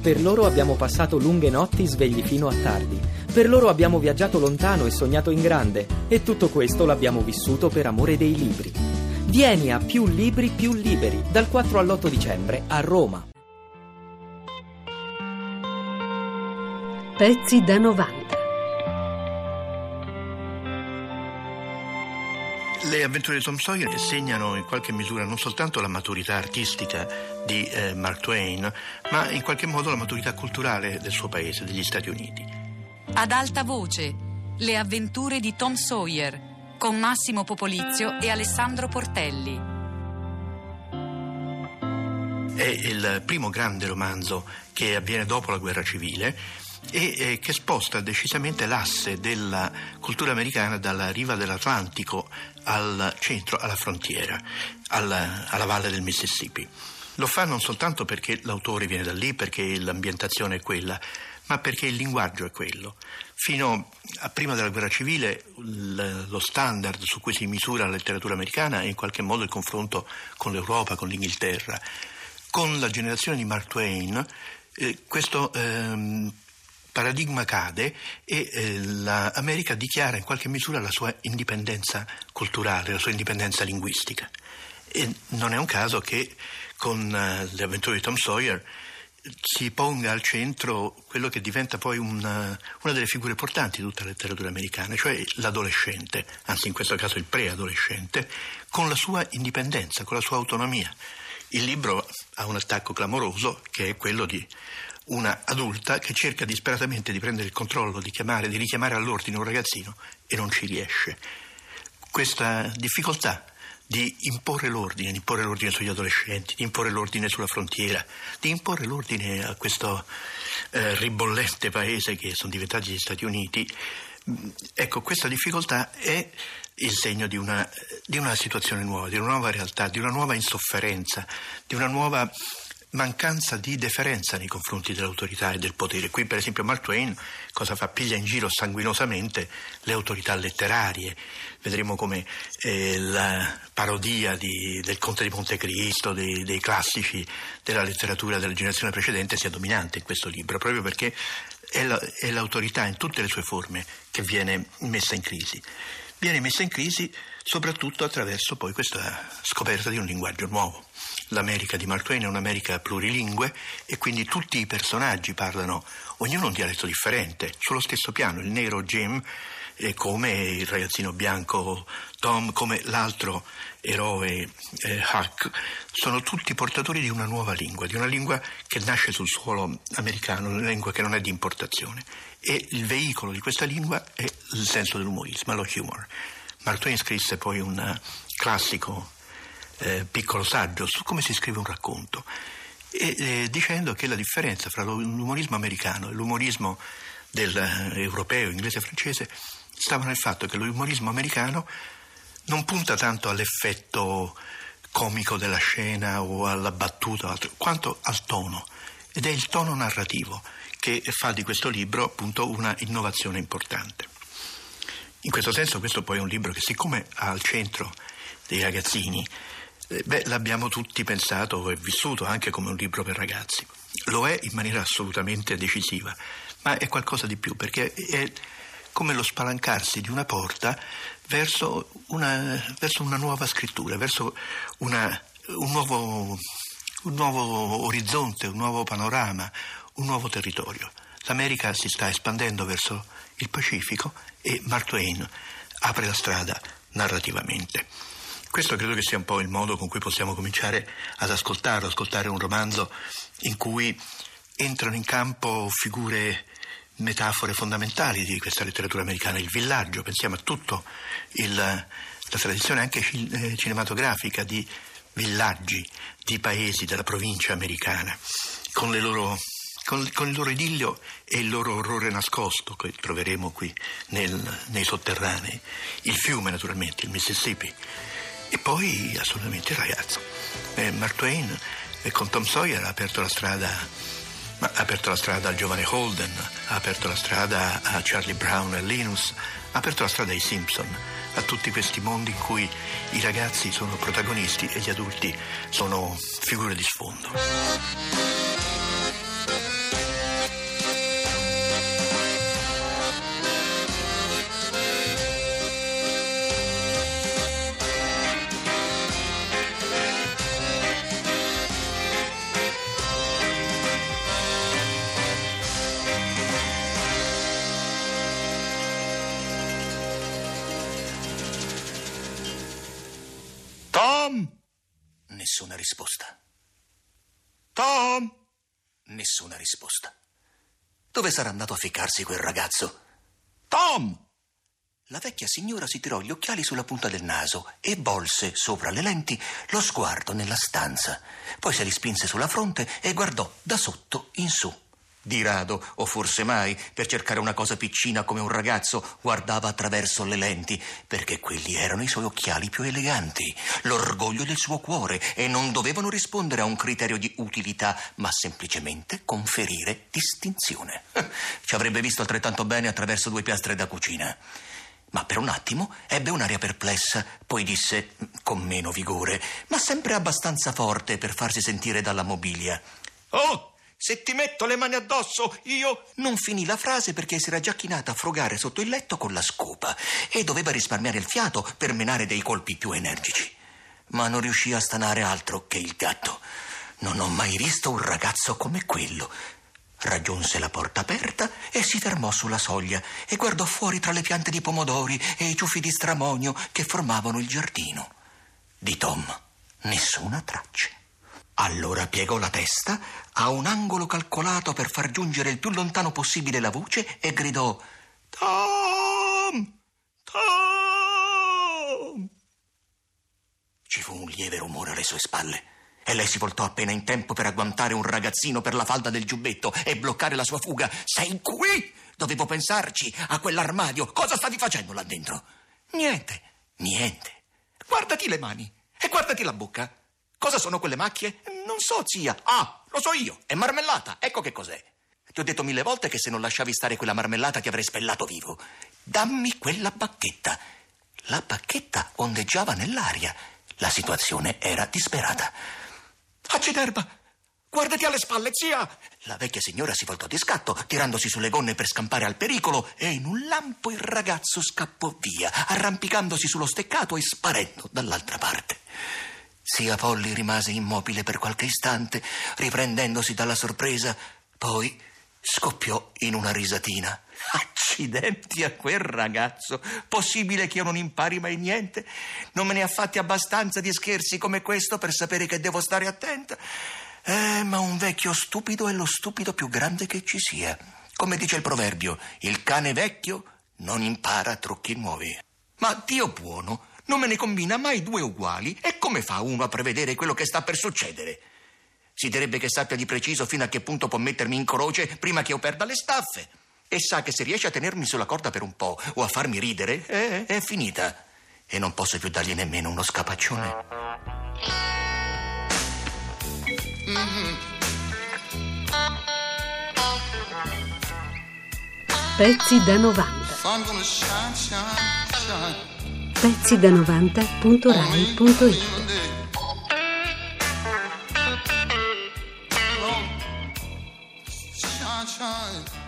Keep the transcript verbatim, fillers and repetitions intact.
Per loro abbiamo passato lunghe notti svegli fino a tardi. Per loro abbiamo viaggiato lontano e sognato in grande. E tutto questo l'abbiamo vissuto per amore dei libri. Vieni a Più Libri Più Liberi, dal quattro all'otto dicembre a Roma. Pezzi da novanta. Le avventure di Tom Sawyer segnano in qualche misura non soltanto la maturità artistica di eh, Mark Twain, ma in qualche modo la maturità culturale del suo paese, degli Stati Uniti. Ad alta voce, le avventure di Tom Sawyer, con Massimo Popolizio e Alessandro Portelli. È il primo grande romanzo che avviene dopo la guerra civile e eh, che sposta decisamente l'asse della cultura americana dalla riva dell'Atlantico al centro, alla frontiera, alla, alla valle del Mississippi. Lo fa non soltanto perché l'autore viene da lì, perché l'ambientazione è quella, ma perché il linguaggio è quello. Fino a prima della guerra civile l- lo standard su cui si misura la letteratura americana è in qualche modo il confronto con l'Europa, con l'Inghilterra. Con la generazione di Mark Twain eh, questo ehm, paradigma cade e eh, l'America dichiara in qualche misura la sua indipendenza culturale, la sua indipendenza linguistica. E non è un caso che con uh, le avventure di Tom Sawyer si ponga al centro quello che diventa poi una, una delle figure portanti di tutta la letteratura americana, cioè l'adolescente, anzi in questo caso il preadolescente, con la sua indipendenza, con la sua autonomia. Il libro ha un attacco clamoroso che è quello di una adulta che cerca disperatamente di prendere il controllo, di chiamare, di richiamare all'ordine un ragazzino e non ci riesce. Questa difficoltà di imporre l'ordine, di imporre l'ordine sugli adolescenti, di imporre l'ordine sulla frontiera, di imporre l'ordine a questo eh, ribollente paese che sono diventati gli Stati Uniti. Ecco, questa difficoltà è il segno di una, di una situazione nuova, di una nuova realtà, di una nuova insofferenza, di una nuova mancanza di deferenza nei confronti dell'autorità e del potere. Qui per esempio Mark Twain cosa fa? Piglia in giro sanguinosamente le autorità letterarie. Vedremo come eh, la parodia di, del Conte di Montecristo, dei, dei classici della letteratura della generazione precedente sia dominante in questo libro, proprio perché è, la, è l'autorità in tutte le sue forme che viene messa in crisi. Viene messa in crisi soprattutto attraverso poi questa scoperta di un linguaggio nuovo. L'America di Mark Twain è un'America plurilingue e quindi tutti i personaggi parlano, ognuno un dialetto differente, sullo stesso piano. Il nero Jim, eh, come il ragazzino bianco Tom, come l'altro eroe eh, Huck, sono tutti portatori di una nuova lingua, di una lingua che nasce sul suolo americano, una lingua che non è di importazione. E il veicolo di questa lingua è il senso dell'umorismo, lo humor. Mark Twain scrisse poi un classico Eh, piccolo saggio su come si scrive un racconto e, eh, dicendo che la differenza fra l'umorismo americano e l'umorismo del, eh, europeo, inglese e francese stava nel fatto che l'umorismo americano non punta tanto all'effetto comico della scena o alla battuta o altro, quanto al tono, ed è il tono narrativo che fa di questo libro appunto una innovazione importante. In questo senso questo poi è un libro che, siccome ha al centro dei ragazzini, beh, l'abbiamo tutti pensato e vissuto anche come un libro per ragazzi. Lo è in maniera assolutamente decisiva, ma è qualcosa di più, perché è come lo spalancarsi di una porta verso una, verso una nuova scrittura, verso una, un, nuovo, un nuovo orizzonte, un nuovo panorama, un nuovo territorio. L'America si sta espandendo verso il Pacifico e Mark Twain apre la strada narrativamente. Questo credo che sia un po' il modo con cui possiamo cominciare ad ascoltarlo, ascoltare un romanzo in cui entrano in campo figure, metafore fondamentali di questa letteratura americana. Il villaggio, pensiamo a tutto il, la tradizione anche cinematografica di villaggi, di paesi della provincia americana, con le loro Con, con il loro idillio e il loro orrore nascosto che troveremo qui nel, nei sotterranei, il fiume naturalmente, il Mississippi, e poi assolutamente il ragazzo. Eh, Mark Twain eh, con Tom Sawyer ha aperto la strada, ma ha aperto la strada al giovane Holden, ha aperto la strada a Charlie Brown e Linus, ha aperto la strada ai Simpson, a tutti questi mondi in cui i ragazzi sono protagonisti e gli adulti sono figure di sfondo. risposta. Tom! Nessuna risposta. Dove sarà andato a ficcarsi quel ragazzo? Tom! La vecchia signora si tirò gli occhiali sulla punta del naso e volse sopra le lenti lo sguardo nella stanza. Poi se li spinse sulla fronte e guardò da sotto in su. Di rado, o forse mai, per cercare una cosa piccina come un ragazzo, guardava attraverso le lenti, perché quelli erano i suoi occhiali più eleganti, l'orgoglio del suo cuore, e non dovevano rispondere a un criterio di utilità, ma semplicemente conferire distinzione. Ci avrebbe visto altrettanto bene attraverso due piastre da cucina. Ma per un attimo ebbe un'aria perplessa, poi disse, con meno vigore, ma sempre abbastanza forte per farsi sentire dalla mobilia: «Oh, se ti metto le mani addosso, io...» Non finì la frase perché si era già chinata a frugare sotto il letto con la scopa e doveva risparmiare il fiato per menare dei colpi più energici. Ma non riuscì a stanare altro che il gatto. «Non ho mai visto un ragazzo come quello». Raggiunse la porta aperta e si fermò sulla soglia e guardò fuori tra le piante di pomodori e i ciuffi di stramonio che formavano il giardino. Di Tom nessuna traccia. Allora piegò la testa a un angolo calcolato per far giungere il più lontano possibile la voce e gridò: «Tom! Tom!» Ci fu un lieve rumore alle sue spalle e lei si voltò appena in tempo per agguantare un ragazzino per la falda del giubbetto e bloccare la sua fuga. «Sei qui? Dovevo pensarci, a quell'armadio. Cosa stavi facendo là dentro?» «Niente, niente. Guardati le mani e guardati la bocca. Cosa sono quelle macchie?» «Non so, zia.» «Ah, lo so io, è marmellata, ecco che cos'è. Ti ho detto mille volte che se non lasciavi stare quella marmellata ti avrei spellato vivo. Dammi quella bacchetta.» La bacchetta ondeggiava nell'aria. La situazione era disperata. «Acciderba! Guardati alle spalle, zia!» La vecchia signora si voltò di scatto, tirandosi sulle gonne per scampare al pericolo, e in un lampo il ragazzo scappò via, arrampicandosi sullo steccato e sparendo dall'altra parte. Zia Polly rimase immobile per qualche istante, riprendendosi dalla sorpresa, poi scoppiò in una risatina. «Accidenti a quel ragazzo! Possibile che io non impari mai niente? Non me ne ha fatti abbastanza di scherzi come questo per sapere che devo stare attenta? Eh, ma un vecchio stupido è lo stupido più grande che ci sia. Come dice il proverbio, il cane vecchio non impara trucchi nuovi. Ma Dio buono, non me ne combina mai due uguali, e come fa uno a prevedere quello che sta per succedere? Si direbbe che sappia di preciso fino a che punto può mettermi in croce prima che io perda le staffe. E sa che se riesce a tenermi sulla corda per un po' o a farmi ridere, è, è finita. E non posso più dargli nemmeno uno scapaccione.» Mm-hmm. Pezzi da novanta. Pezzi da novanta punto rai punto it. Shine, shine.